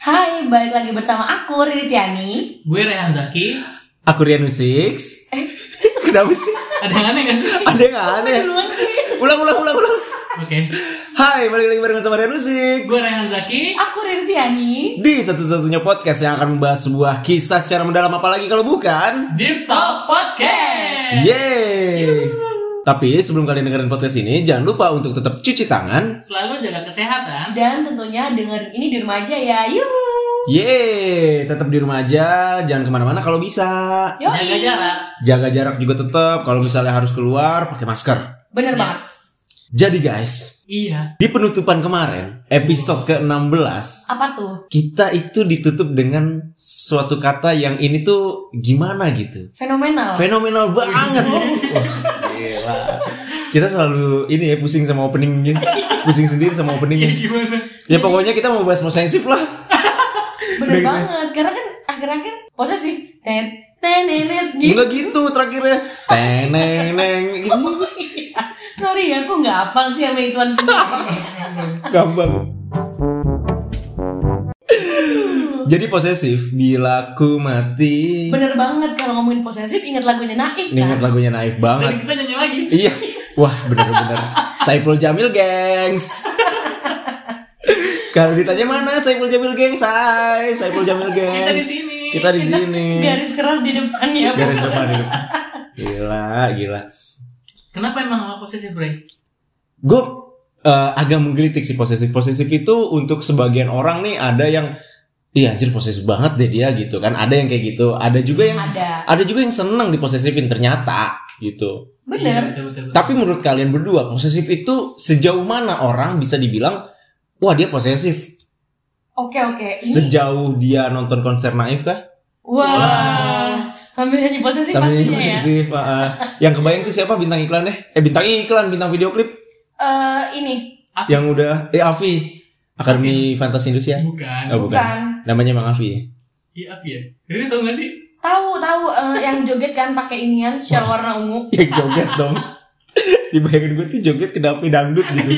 Hai, balik lagi bersama aku Riri Tiani. Gue Rehan Zaki. Aku Rianu Six. Kenapa sih? Ada yang aneh gak sih? Ada yang aneh. Duluan sih. Ulang. Oke. Hai, balik lagi barengan sama Rianu Six. Gue Rehan Zaki. Aku Riri Tiani. Di satu-satunya podcast yang akan membahas sebuah kisah secara mendalam, apalagi kalau bukan Deep Talk Podcast. Yeay. Tapi sebelum kalian dengerin podcast ini, jangan lupa untuk tetap cuci tangan. Selalu jaga kesehatan. Dan tentunya dengerin ini di rumah aja ya. Yuh. Yeay, tetap di rumah aja, jangan kemana-mana kalau bisa. Yoi. Jaga jarak. Jaga jarak juga tetap. Kalau misalnya harus keluar, pakai masker. Bener banget. Jadi guys, Iya. di penutupan kemarin, episode ke-16, Apa tuh? kita itu ditutup dengan suatu kata yang ini tuh gimana gitu. Fenomenal. Fenomenal banget. Wah, gila. Kita selalu ini ya pusing sama openingnya. Pusing sendiri sama openingnya. Gimana? Ya pokoknya kita mau bahas posesif lah. Bener Udah gitu. banget. Karena kan akhir-akhir posesif. Tenenet gitu. Enggak gitu terakhirnya. Teneng gitu. Sorry ya, aku gak hafal sih sama ituan sendiri. Gampang. Jadi posesif bila ku mati. Bener banget, kalau ngomongin posesif ingat lagunya Naif kan? Ingat lagunya Naif banget. Dan kita nyanyi lagi. Iya. Wah, bener-bener Saiful Jamil gengs. Kalau ditanya mana Saiful Jamil gengs, hai Saiful Jamil gengs. Kita di sini. Kita di sini. Garis keras di depan ya. Garis depan itu. Gila. Kenapa emang posesif, Bre? Gue agak menggelitik sih posesif. Posesif itu untuk sebagian orang nih ada yang iya anjir posesif banget deh dia gitu kan. Ada yang kayak gitu. Ada juga yang seneng diposesifin ternyata gitu. Bener. Iya, betul. Tapi menurut kalian berdua, posesif itu sejauh mana orang bisa dibilang wah dia posesif? Oke. Ini- Sejauh dia nonton konser Naif kah? Wah. Sambil nyanyi posesif Sambil pastinya ya. posesif. Yang kebayang tuh siapa bintang iklannya? Bintang video klip Ini. Afi. yang udah Afi. Akademi Fantasi Indonesia. Bukan. Oh, bukan. Namanya Mang Afi ya? Iya, Afi ya. Riri tau gak sih? Tahu yang joget kan pakai inian shawl warna ungu. Yang joget dong. Dibayangin gue tuh joget kenapa dangdut gitu.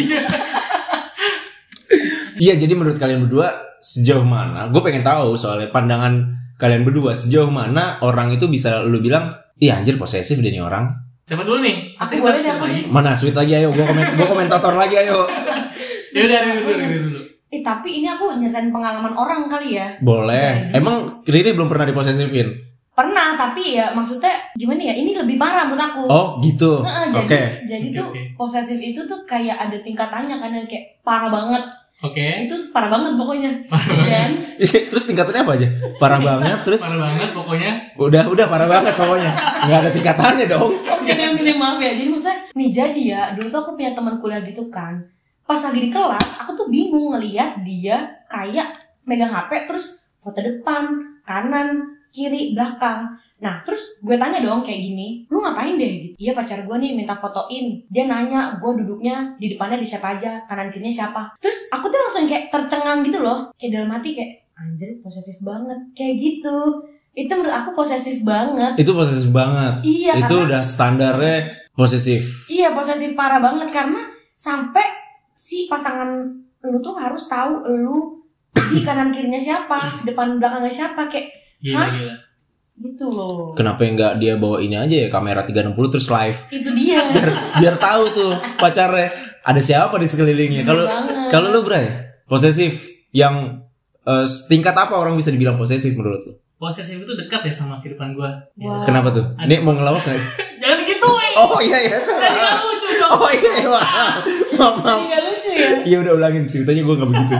Iya, jadi menurut kalian berdua sejauh mana? Gue pengen tahu soalnya pandangan kalian berdua sejauh mana orang itu bisa lu bilang, iya anjir posesif deh nih orang. Siapa dulu nih? Aku Pasti boleh kita deh, aku lagi. nih. Mana sweet lagi ayo, gue komentator lagi ayo. Yaudah, Riri dulu. Tapi ini aku nyeritain pengalaman orang kali ya. Boleh. Jadi- Emang Riri belum pernah diposesifin? Pernah, tapi ya maksudnya gimana ya? Ini lebih parah menurut aku. Oh gitu. Jadi Oke, tuh oke. posesif itu tuh kayak ada tingkatannya kan yang kayak parah banget. Oke. Itu parah banget pokoknya. Dan Terus tingkatannya apa aja? Parah banget terus. Parah banget pokoknya. Udah parah banget pokoknya. Nggak ada tingkatannya dong. Oke, maaf ya. Jadi maksudnya nih jadi ya, dulu tuh aku punya teman kuliah gitu kan. Pas lagi di kelas, aku tuh bingung ngelihat dia kayak megang HP terus foto depan, kanan, kiri, belakang. Nah, terus gue tanya dong kayak gini, lu ngapain deh? Gitu. Iya pacar gue nih minta fotoin. Dia nanya gue duduknya di depannya di siapa aja, kanan kirinya siapa. Terus aku tuh langsung kayak tercengang gitu loh. Kayak dalam hati kayak, anjir posesif banget. Kayak gitu. Itu menurut aku posesif banget. Itu posesif banget. Iya, Itu karena- udah standarnya posesif. Iya posesif parah banget karena sampai si pasangan lu tuh harus tahu lu di kanan kirinya siapa, depan belakangnya siapa kayak Gila. gitu loh. Kenapa enggak dia bawa ini aja ya kamera 360 terus live? Itu dia. Biar tahu tuh pacarnya ada siapa di sekelilingnya. Bener Kalau banget. kalau lu Bray, posesif yang tingkat apa orang bisa dibilang posesif menurut lu? Posesif itu dekat ya sama kehidupan gue. Wah. Kenapa tuh? Ini mau ngelawak nggak? Jangan gituin. Oh iya. Jadi gak lucu dong. Oh iya. Maaf. Ini gak lucu ya. Iya udah ulangin ceritanya gue nggak begitu.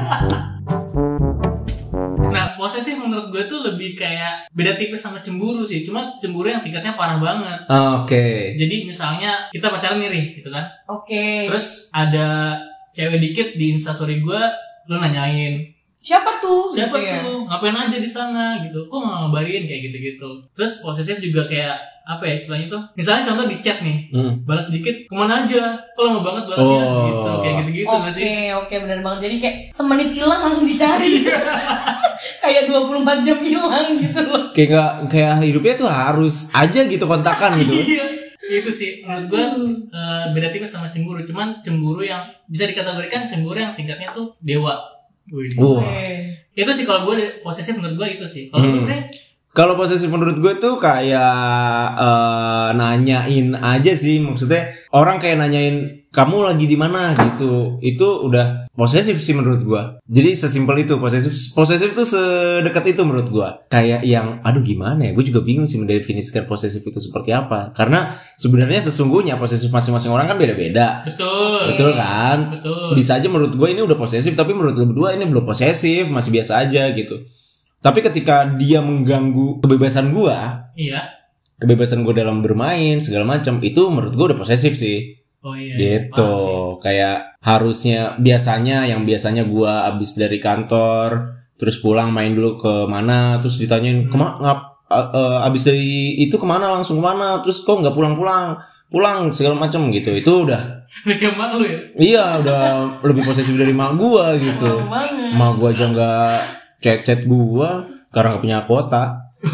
Nah, posesif menurut gue tuh lebih kayak beda tipis sama cemburu sih. Cuma cemburu yang tingkatnya parah banget. Oke. Jadi misalnya kita pacaran nih, Ri, gitu kan. Oke. Terus ada cewek dikit di instastory gue, lu nanyain, Siapa tuh? siapa Gitu ya. tuh? Ngapain aja di sana gitu? Kok nggak ngabarin kayak gitu-gitu. Terus posesif juga kayak apa ya istilahnya tuh? Misalnya contoh di chat nih, balas dikit, kemana aja? Kok lama banget balasnya Oh. gitu, kayak gitu-gitu nggak sih? Oke, benar banget. Jadi kayak semenit hilang langsung dicari. Kayak 24 jam hilang gitu loh. Kayak hidupnya tuh harus aja gitu kontakan gitu. Iya. Itu sih menurut gue beda tipis sama cemburu. Cuman cemburu yang bisa dikategorikan cemburu yang tingkatnya tuh dewa. Wih. Wah. Itu sih kalau gue posesif menurut gue itu sih. Kalau gue kalau posesif menurut gue tuh kayak nanyain aja sih, maksudnya orang kayak nanyain kamu lagi di mana gitu, itu udah posesif sih menurut gue. Jadi sesimpel itu posesif tuh sedekat itu menurut gue. Kayak yang aduh gimana ya, gue juga bingung sih mendefinisikan posesif itu seperti apa. Karena sebenarnya sesungguhnya posesif masing-masing orang kan beda-beda. Betul kan? Betul. Bisa aja menurut gue ini udah posesif, tapi menurut lu berdua ini belum posesif, masih biasa aja gitu. Tapi ketika dia mengganggu kebebasan gue, kebebasan gue dalam bermain segala macam, itu menurut gue udah posesif sih. Oh iya. Gitu. Kayak harusnya biasanya gue abis dari kantor terus pulang main dulu ke mana, terus ditanyain abis dari itu kemana, langsung kemana, terus kok nggak pulang segala macam gitu. Itu udah kayak mak lu ya? Iya, udah lebih posesif dari mak gue gitu. Mak gue aja nggak chat gue karena nggak punya kuota.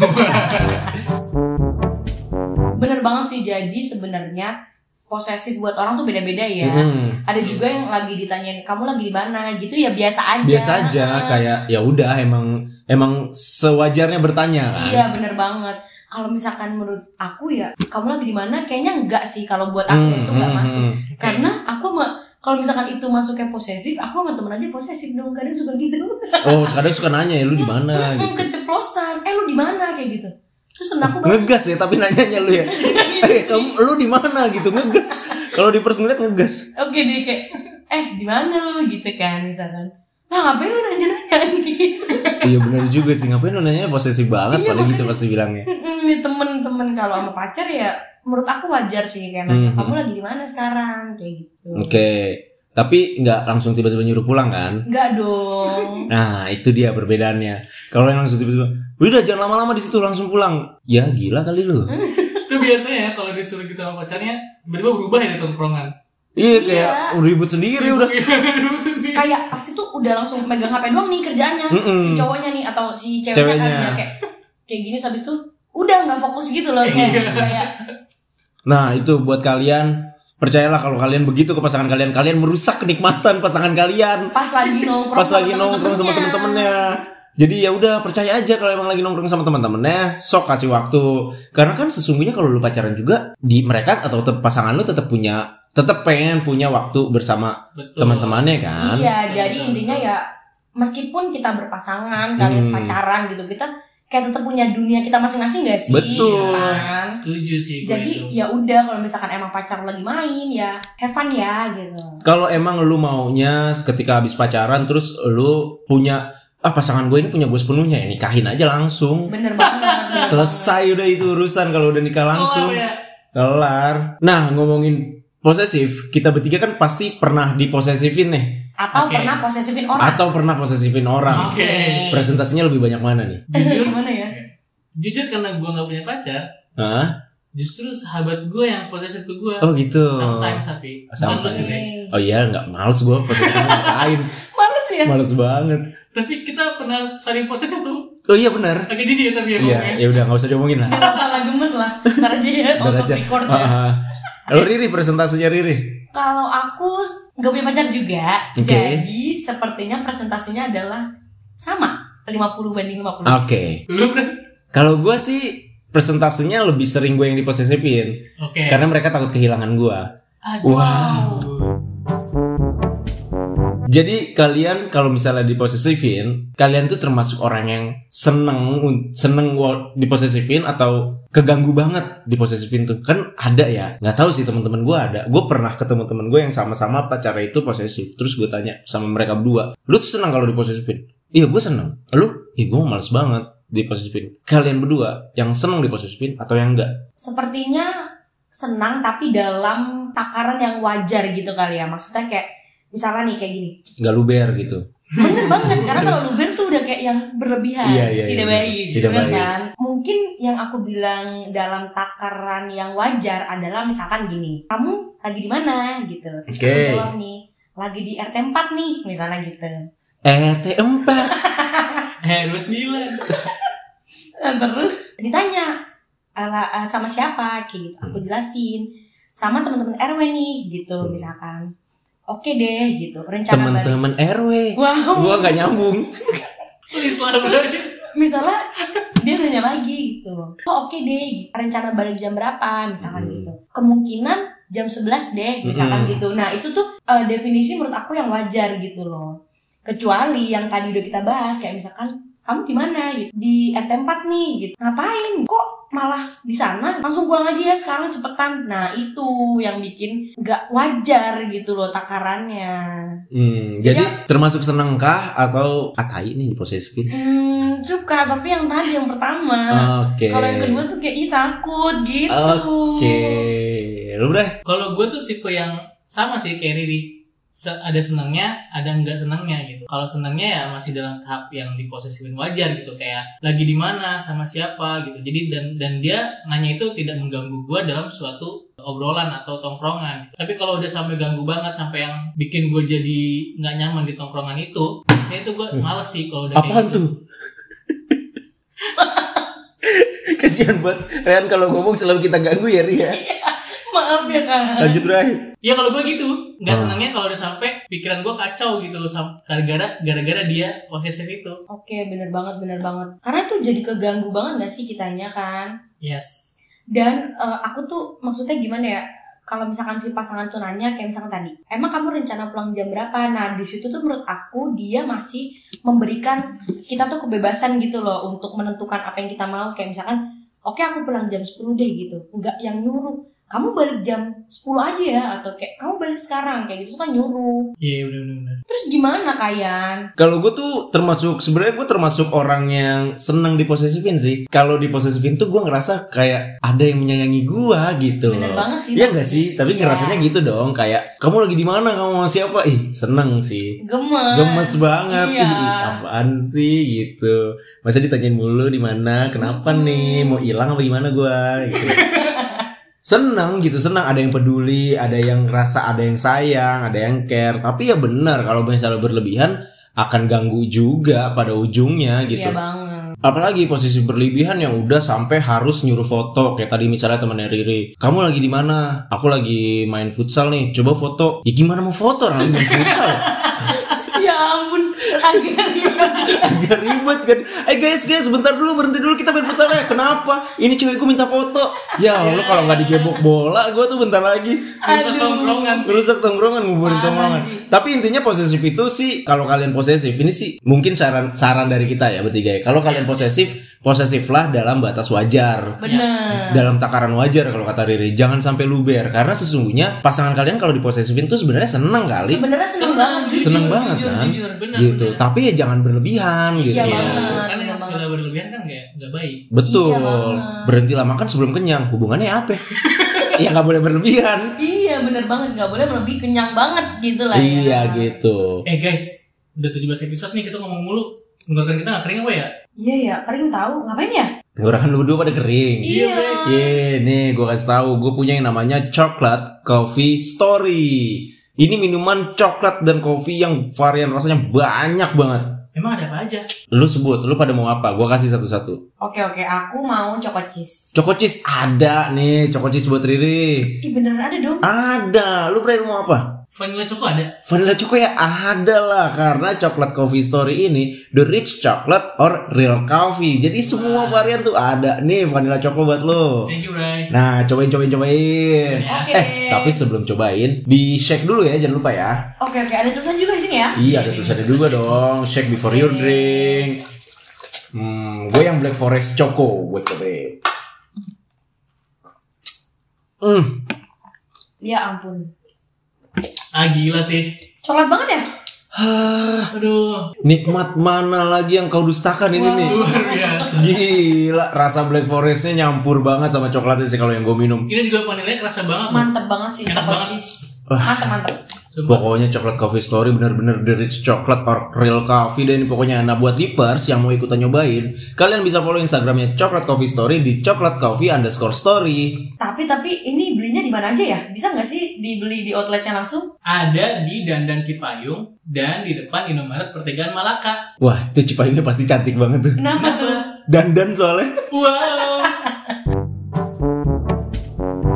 Bener banget sih. Jadi sebenarnya posesif buat orang tuh beda-beda ya. Ada juga yang lagi ditanyain kamu lagi di mana gitu, ya biasa aja. Biasa aja, kayak ya udah emang sewajarnya bertanya kan. Iya, bener banget. Kalau misalkan menurut aku ya, kamu lagi di mana? Kayaknya enggak sih, kalau buat aku itu enggak masuk. Karena aku kalau misalkan itu masuknya posesif, aku sama temen aja posesif dong, kadang suka gitu. Oh, kadang suka nanya ya lu di mana gitu. Keceplosan, lu di mana kayak gitu. Terus aku ngegas ya, tapi nanyanya lu ya. Kamu lu di mana gitu, ngegas. Kalau di first ngeliat ngegas. Oke deh, kayak di mana lu gitu kan misalkan. Nah, ngapain lu nanya-nanya gitu. Iya benar juga sih, ngapain lu nanya posesif banget, padahal gitu pasti bilangnya. Temen-temen kalau sama pacar ya menurut aku wajar sih kayak nanya, kamu lagi di mana sekarang kayak gitu. Oke. Tapi nggak langsung tiba-tiba nyuruh pulang kan? Nggak dong. Nah itu dia perbedaannya. Kalau yang langsung tiba-tiba, udah jangan lama-lama di situ langsung pulang. Ya gila kali lu. Itu biasanya ya kalau disuruh gitu sama pacarnya tiba-tiba berubah ya di tongkrongan. Iya kayak ribut sendiri udah. Kayak pasti tuh udah langsung megang HP doang nih kerjaannya. Si cowoknya nih atau si ceweknya kan ya, kayak gini habis itu udah nggak fokus gitu loh kayak. Nah itu buat kalian. Percayalah kalau kalian begitu ke pasangan kalian merusak kenikmatan pasangan kalian. Pas lagi nongkrong sama temen-temennya. Jadi ya udah percaya aja kalau emang lagi nongkrong sama teman-temannya, sok kasih waktu. Karena kan sesungguhnya kalau lu pacaran juga, di mereka atau pasangan lu tetap pengen punya waktu bersama teman-temannya kan. Iya, jadi intinya ya meskipun kita berpasangan, kalian pacaran gitu, kita kayak tetap punya dunia kita masing-masing gak sih? Betul. Kan? Setuju sih. Jadi ya udah kalau misalkan emang pacar lagi main ya have fun ya gitu. Kalau emang lu maunya ketika habis pacaran terus lu punya pasangan gue ini punya gue sepenuhnya ya, nikahin aja langsung. Bener banget. Selesai udah itu urusan kalau udah nikah langsung. Kelar. Nah ngomongin posesif, kita bertiga kan pasti pernah diposesifin nih. Atau pernah posesifin orang. Presentasinya lebih banyak mana nih? Jujur mana ya? Jujur karena gue gak punya pacar. Justru sahabat gue yang posesif ke gue. Oh gitu. Sometimes tapi. Oh iya, nggak males gue posesif ngapain? Males ya? Males banget. Tapi kita pernah saling posesif tuh. Oh iya benar. Agak jijik ya tapi ya. Iya, ya udah nggak usah diomongin lah. Jangan gemes lah. Ntar aja ya. Record ya. Lalu Riri, presentasinya Riri. Kalau aku gak punya pacar juga. Jadi sepertinya presentasinya adalah sama 50/50. Oke. Kalau gue sih presentasinya lebih sering gue yang diposesifin. Karena mereka takut kehilangan gue. Wow. Jadi kalian kalau misalnya diposesifin, kalian tuh termasuk orang yang seneng diposesifin atau keganggu banget diposesifin tuh? Kan ada ya, nggak tahu sih teman-teman gue ada. Gue pernah ketemu teman gue yang sama-sama pacarnya itu posesif. Terus gue tanya sama mereka berdua, lu tuh seneng kalau diposesifin? Iya gue seneng. Lu? Iya gue males banget diposesifin. Kalian berdua yang seneng diposesifin atau yang enggak? Sepertinya senang tapi dalam takaran yang wajar gitu kali ya. Maksudnya kayak misalnya nih kayak gini, nggak luber gitu. Bener banget, karena kalau luber tuh udah kayak yang berlebihan, tidak baik, kan? Mungkin yang aku bilang dalam takaran yang wajar adalah misalkan gini, kamu lagi di mana gitu, terus aku jawab nih, lagi di RT 4 nih, misalnya gitu. RT 4 29. Terus ditanya sama siapa, gitu, aku jelasin sama teman-teman RW nih, gitu, misalkan. Oke deh gitu, rencana teman-teman RW. Wow. Gua nggak nyambung. Please lah bro. Misalnya dia nanya lagi gitu, oke deh, rencana balik jam berapa misalkan gitu, kemungkinan jam 11 deh misalkan gitu. Nah itu tuh definisi menurut aku yang wajar gitu loh. Kecuali yang tadi udah kita bahas kayak misalkan kamu di mana gitu, di RT4 nih gitu, ngapain kok malah di sana, langsung pulang aja ya sekarang cepetan. Nah itu yang bikin nggak wajar gitu loh takarannya. Jadi termasuk senengkah atau atai nih posesifin? Suka, tapi yang tadi yang pertama. Kalau yang kedua tuh kayak takut gitu. Lu deh. Kalau gue tuh tipe yang sama sih kayak Riri. Ada senangnya, ada enggak senangnya gitu. Kalau senangnya ya masih dalam tahap yang diposesifin wajar gitu, kayak lagi di mana sama siapa gitu. Jadi dan dia nanya itu tidak mengganggu gue dalam suatu obrolan atau tongkrongan. Tapi kalau udah sampai ganggu banget sampai yang bikin gue jadi nggak nyaman di tongkrongan itu, biasanya itu gue males sih kalau udah apaan kayak gitu. Tuh? Kasihan buat Rehan kalau ngomong selalu kita ganggu ya Ria. Maaf ya Kak. Lanjut Rai. Ya kalau gue gitu, nggak senangnya kalau udah sampai pikiran gue kacau gitu loh, gara-gara dia posesif itu. Oke, bener banget. Karena tuh jadi keganggu banget nggak sih kitanya kan? Yes. Dan aku tuh maksudnya gimana ya? Kalau misalkan si pasangan tuh nanya kayak misalkan tadi, emang kamu rencana pulang jam berapa? Nah di situ tuh menurut aku dia masih memberikan kita tuh kebebasan gitu loh untuk menentukan apa yang kita mau. Kayak misalkan, oke aku pulang jam 10 deh gitu, nggak yang nyuruh kamu balik jam 10 aja ya, atau kayak kamu balik sekarang, kayak gitu kan nyuruh. Iya benar. Terus gimana Kayan? Kalau gue tuh sebenarnya gue termasuk orang yang seneng diposesifin sih. Kalau diposesifin tuh gue ngerasa kayak ada yang menyayangi gue gitu. Bener banget sih. Iya nggak sih? Tapi ngerasanya gitu dong. Kayak kamu lagi di mana? Kamu sama siapa? Seneng sih. Gemes banget. Iya. Apaan sih gitu? Masa ditanyain mulu di mana? Kenapa nih? Mau hilang apa gimana gue? Gitu. Senang ada yang peduli, ada yang ngerasa, ada yang sayang, ada yang care. Tapi ya benar kalau misalnya berlebihan akan ganggu juga pada ujungnya gitu. Iya banget. Apalagi posisi berlebihan yang udah sampai harus nyuruh foto. Kayak tadi misalnya temannya Riri, kamu lagi di mana? Aku lagi main futsal nih, coba foto. Ya gimana mau foto orang lagi main futsal? Ya ampun, agak ribet kan. Guys, bentar dulu, berhenti dulu, kita main futsalnya. Kenapa? Ini cewekku minta foto. Ya Allah, kalau nggak digebok bola, gue tuh bentar lagi rusak tongkrongan, nguburin tongkrongan. Tapi intinya posesif itu sih, kalau kalian posesif, ini sih mungkin saran dari kita ya bertiga ya. Kalau kalian posesiflah dalam batas wajar. Bener. Dalam takaran wajar kalau kata Riri. Jangan sampai luber, karena sesungguhnya pasangan kalian kalau diposesifin tuh sebenarnya seneng kali. Sebenarnya seneng banget kan. Bener, gitu. Tapi ya jangan berlebihan gitu. Iya, karena yang segala berlebihan kan nggak baik. Betul. Iya, berhentilah makan sebelum kenyang. Hubungannya apa? Ya nggak boleh berlebihan. Iya bener banget, nggak boleh lebih kenyang banget gitu lah. Iya gitu. Guys, udah 17 episode nih kita ngomong mulu. Tenggorokan kita nggak kering apa ya? Iya ya, kering tahu. Ngapain ya? Tenggorokan lu berdua pada kering. Iya. Nih gue kasih tahu, gue punya yang namanya Chocolate Coffee Story. Ini minuman coklat dan kopi yang varian rasanya banyak banget. Emang ada apa aja? Lu sebut, lu pada mau apa? Gua kasih satu-satu. Oke, aku mau choco cheese. Choco cheese ada nih, choco cheese buat Riri. Ih beneran ada dong. Ada, lu berani mau apa? Vanilla choco ada? Vanilla choco ya ada lah, karena Chocolate Coffee Story ini the rich chocolate or real coffee. Jadi semua varian tuh ada. Nih vanilla choco buat lo. Thank you, Ray. Nah, cobain. Oke. Tapi sebelum cobain, di shake dulu ya, jangan lupa ya. Oke, ada tulisan juga di sini ya? Iya, ada tulisannya juga dong. Shake before your drink. Gue yang Black Forest Choco buat cobain. Ya ampun. Gila sih. Coklat banget ya? Aduh. Nikmat mana lagi yang kau dustakan ini nih? Luar biasa. Gila, rasa Black Forestnya nyampur banget sama coklatnya sih kalau yang gue minum. Ini juga vanillanya kerasa banget. Mantep banget sih, Enak choco banget. cheese. Mantep. Pokoknya Chocolate Coffee Story bener-bener the rich chocolate or real coffee. Dan ini pokoknya nah buat Deepers yang mau ikutan nyobain, kalian bisa follow Instagramnya Chocolate Coffee Story di chocolatecoffee_story. Tapi ini belinya di mana aja ya? Bisa nggak sih dibeli di outletnya langsung? Ada di Dandan Cipayung dan di depan Indomaret Pertigaan Malaka. Wah, itu Cipayungnya pasti cantik banget tuh. Kenapa tuh? Dandan soalnya. Wow.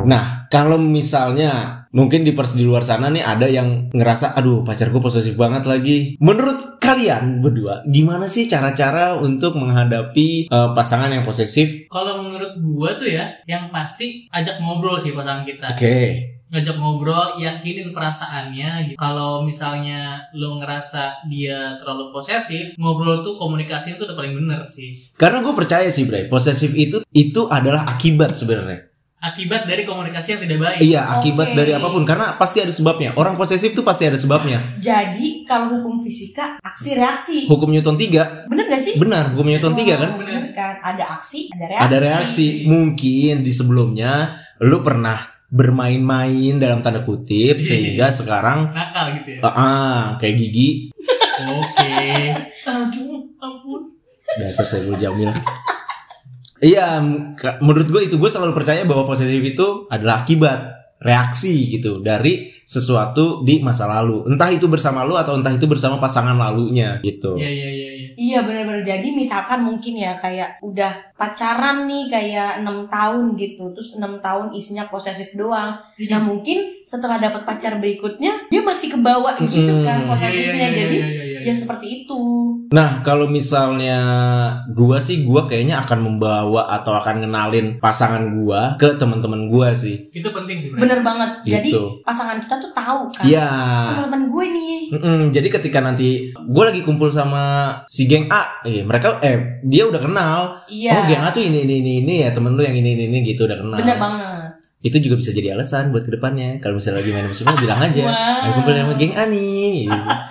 Nah, kalau misalnya mungkin di luar sana nih ada yang ngerasa, aduh pacarku posesif banget lagi. Menurut kalian berdua, gimana sih cara-cara untuk menghadapi pasangan yang posesif? Kalau menurut gua tuh ya, yang pasti ajak ngobrol sih pasangan kita. Oke. Ngajak ngobrol, yakinin perasaannya gitu. Kalau misalnya lo ngerasa dia terlalu posesif, ngobrol tuh komunikasinya tuh udah paling bener sih. Karena gue percaya sih Bray, posesif itu adalah akibat sebenarnya. Akibat dari komunikasi yang tidak baik. Iya, akibat dari apapun, karena pasti ada sebabnya. Orang posesif tuh pasti ada sebabnya. Jadi kalau hukum fisika, aksi reaksi. Hukum Newton 3. Bener gak sih? Benar, hukum Newton 3 kan? Bener kan? Ada aksi, ada reaksi. Ada reaksi. Mungkin di sebelumnya lu pernah bermain-main dalam tanda kutip sehingga sekarang nakal gitu ya. Kayak Gigi. Oke. Ampun. Dasar Saiful Jamil. Iya, menurut gue selalu percaya bahwa posesif itu adalah akibat reaksi gitu dari sesuatu di masa lalu. Entah itu bersama lu atau entah itu bersama pasangan lalunya gitu. Iya. Iya benar-benar. Jadi misalkan mungkin ya kayak udah pacaran nih kayak 6 tahun gitu. Terus 6 tahun isinya posesif doang. Nah mungkin setelah dapat pacar berikutnya dia masih kebawa gitu kan posesifnya. Jadi ya seperti itu. Nah kalau misalnya gua kayaknya akan membawa atau akan ngenalin pasangan gua ke teman-teman gua sih. Itu penting sih. Bener banget. Gitu. Jadi pasangan kita tuh tahu kan. Iya. Teman-teman gue nih. Jadi ketika nanti gua lagi kumpul sama si geng A, dia udah kenal. Iya. Oh geng A tuh ini ya, temen lu yang ini gitu udah kenal. Bener banget. Itu juga bisa jadi alasan buat kedepannya. Kalau misalnya lagi main musimnya bilang aja, ayo kumpul sama geng A nih.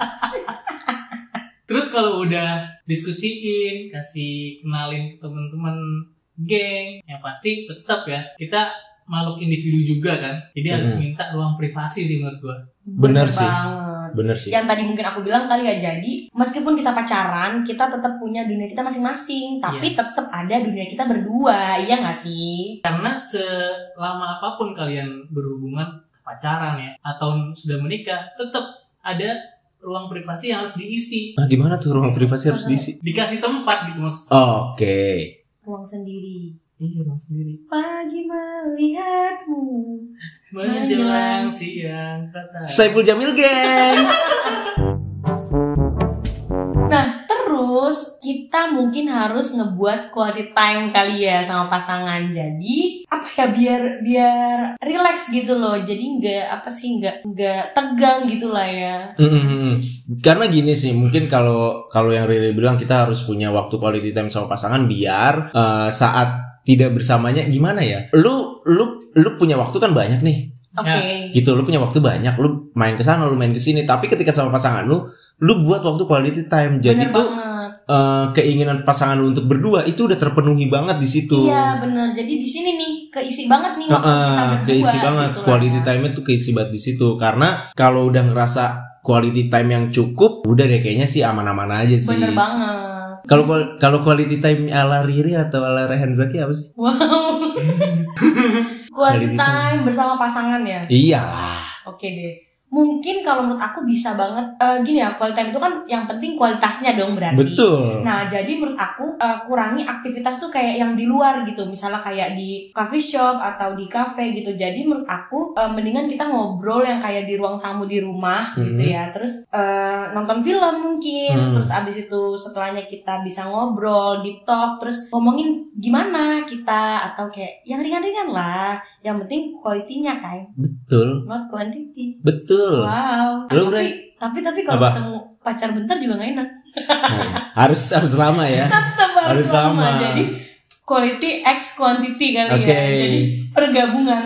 Terus kalau udah diskusiin, kasih kenalin ke teman-teman geng, yang pasti tetap ya kita makhluk individu juga kan. Jadi harus minta ruang privasi sih menurut gua. Bener sih. Banget. Bener sih. Yang tadi mungkin aku bilang kali ya, jadi meskipun kita pacaran, kita tetap punya dunia kita masing-masing, tapi tetap ada dunia kita berdua, iya nggak sih? Karena selama apapun kalian berhubungan pacaran ya, atau sudah menikah, tetap ada ruang privasi yang harus diisi. Nah, gimana tuh ruang privasi harus diisi? Dikasih tempat gitu maksudnya. Oke. Ruang sendiri. Iya, ruang sendiri. Pagi melihatmu menjelang siang kata. Saiful Jamil, gengs. Nah, terus kita mungkin harus ngebuat quality time kali ya sama pasangan. Jadi apa ya, biar relax gitu loh. Jadi nggak tegang gitu lah ya. Karena gini sih, mungkin kalau yang Riri bilang kita harus punya waktu quality time sama pasangan biar saat tidak bersamanya gimana ya? Lu punya waktu kan banyak nih. Oke. Gitu, lu punya waktu banyak, lu main ke sana, lu main ke sini, tapi ketika sama pasangan lu buat waktu quality time. Jadi tuh keinginan pasangan lu untuk berdua itu udah terpenuhi banget di situ. Iya, benar. Jadi di sini nih keisi banget nih waktu kita berdua. Keisi banget, gitu quality time-nya tuh keisi banget di situ. Karena kalau udah ngerasa quality time yang cukup, udah deh kayaknya sih aman-aman aja sih. Bener banget. Kalau quality time ala Riri atau ala Rehan Zaki apa sih? Wow. Quality time bersama pasangan ya? Iyalah. Oke deh. Mungkin kalau menurut aku bisa banget gini ya, quality time itu kan yang penting kualitasnya dong berarti. Betul. Nah jadi menurut aku kurangi aktivitas tuh kayak yang di luar gitu. Misalnya kayak di coffee shop atau di cafe gitu. Jadi menurut aku mendingan kita ngobrol yang kayak di ruang tamu di rumah gitu ya. Terus nonton film mungkin. Terus abis itu setelahnya kita bisa ngobrol, deep talk. Terus ngomongin gimana kita, atau kayak yang ringan-ringan lah. Yang penting quality-nya kan. Betul. Not quantity. Betul. Wow. Tapi kalau ketemu pacar bentar juga gak enak. harus lama ya. Tetap harus lama. Jadi quality x quantity kali ya. Jadi pergabungan.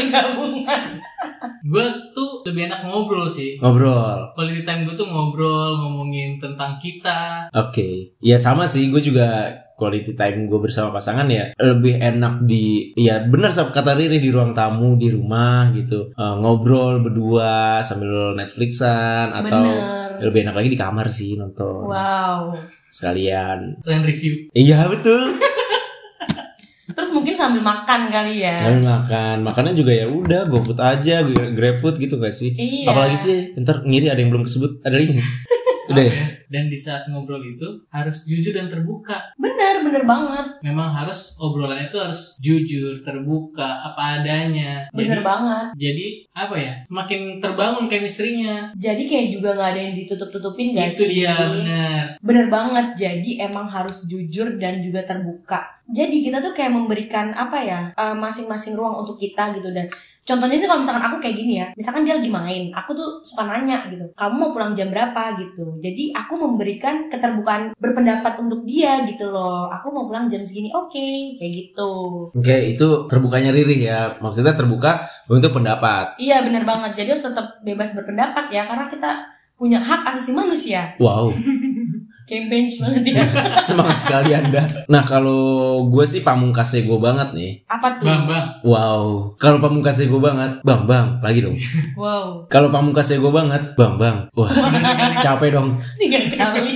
Gue tuh lebih enak ngobrol sih. Ngobrol. Quality time gue tuh ngobrol, ngomongin tentang kita. Oke. Ya sama sih, gue juga quality time gue bersama pasangan ya lebih enak ya benar kata Riri, di ruang tamu di rumah gitu, ngobrol berdua sambil Netflixan, atau lebih enak lagi di kamar sih nonton. Wow. Sekalian review. Iya betul. Terus mungkin sambil makan kali ya. Sambil makannya juga ya udah GoFood aja, GrabFood gitu gak sih? Iya. Apalagi sih ntar ngiri ada yang belum kesebut, ada lagi. Udah. Dan di saat ngobrol itu harus jujur dan terbuka. Bener banget. Memang harus obrolannya itu harus jujur, terbuka, apa adanya. Bener banget. Jadi apa ya? Semakin terbangun chemistry-nya. Jadi kayak juga nggak ada yang ditutup-tutupin gak Itu sih? dia benar. Bener banget. Jadi emang harus jujur dan juga terbuka. Jadi kita tuh kayak memberikan apa ya, masing-masing ruang untuk kita gitu. Dan contohnya sih kalau misalkan aku kayak gini ya, misalkan dia lagi main, aku tuh suka nanya gitu, kamu mau pulang jam berapa gitu. Jadi aku memberikan keterbukaan berpendapat untuk dia gitu loh. Aku mau pulang jam segini, oke, kayak gitu. Oke, itu terbukanya Riri ya. Maksudnya terbuka untuk pendapat. Iya bener banget. Jadi harus tetap bebas berpendapat ya, karena kita punya hak asasi manusia. Wow. Campaign banget ya. Semangat sekali Anda. Nah, kalau gue sih pamungkasnya gue banget nih. Apa tuh? Bang. Wow. Kalau pamungkasnya gue banget, Bang, lagi dong. Wow. Kalau pamungkasnya gue banget, Bang. Wah, capek dong. 3 kali.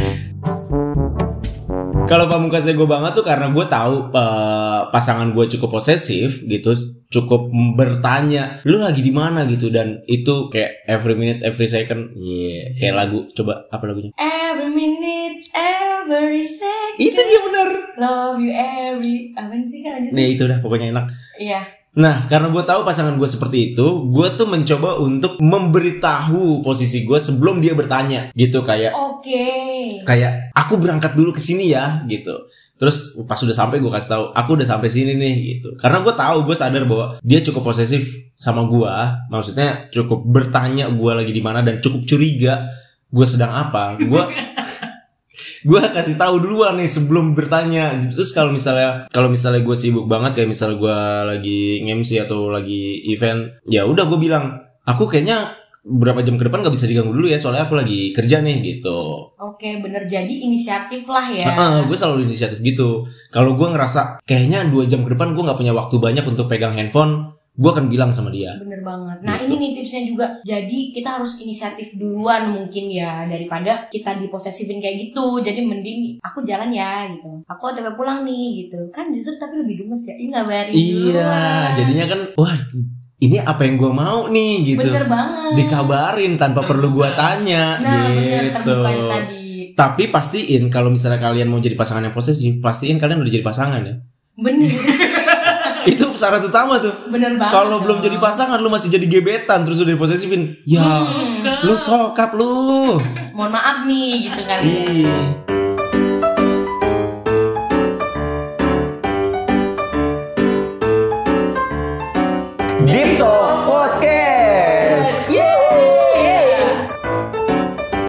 Kalau pamungkasnya gue banget tuh karena gue tahu pasangan gue cukup posesif gitu, cukup bertanya, lu lagi di mana gitu, dan itu kayak every minute, every second, kayak lagu. Coba apa lagunya? Every minute, every second. Itu dia benar. Love you every. Apa sih kan aja? Nih itu udah pokoknya enak. Iya. Nah, karena gue tahu pasangan gue seperti itu, gue tuh mencoba untuk memberitahu posisi gue sebelum dia bertanya, gitu kayak. Oke. Kayak aku berangkat dulu ke sini ya, gitu. Terus pas udah sampai gue kasih tahu, aku udah sampai sini nih, gitu. Karena gue tahu, gue sadar bahwa dia cukup posesif sama gue, maksudnya cukup bertanya gue lagi di mana dan cukup curiga gue sedang apa. Gue kasih tahu duluan nih sebelum bertanya. Terus kalau misalnya gue sibuk banget, kayak misalnya gue lagi nge-MC atau lagi event, ya udah gue bilang, aku kayaknya berapa jam ke depan gak bisa diganggu dulu ya, soalnya aku lagi kerja nih, gitu. Oke, bener. Jadi inisiatif lah ya. Gue selalu inisiatif gitu. Kalau gue ngerasa kayaknya 2 jam ke depan gue gak punya waktu banyak untuk pegang handphone, gue akan bilang sama dia. Bener banget. Nah gitu. ini nih tipsnya juga. Jadi kita harus inisiatif duluan mungkin ya, daripada kita diposesifin kayak gitu. Jadi mending aku jalan ya gitu, aku OTW pulang nih gitu. Kan justru tapi lebih gemes ya. Ih ngabarin duluan. Iya, jadinya kan wah ini apa yang gue mau nih gitu. Bener banget. Dikabarin tanpa perlu gue tanya. Nah bener, gitu. terbuka yang tadi. Tapi pastiin kalau misalnya kalian mau jadi pasangan yang posesif, pastiin kalian udah jadi pasangan ya. Bener. Itu syarat utama tuh. Bener banget. Kalau belum jadi pasangan, lu masih jadi gebetan terus udah diposesifin, ya lu sokap lu. Mohon maaf nih gitu kali ya. Iya.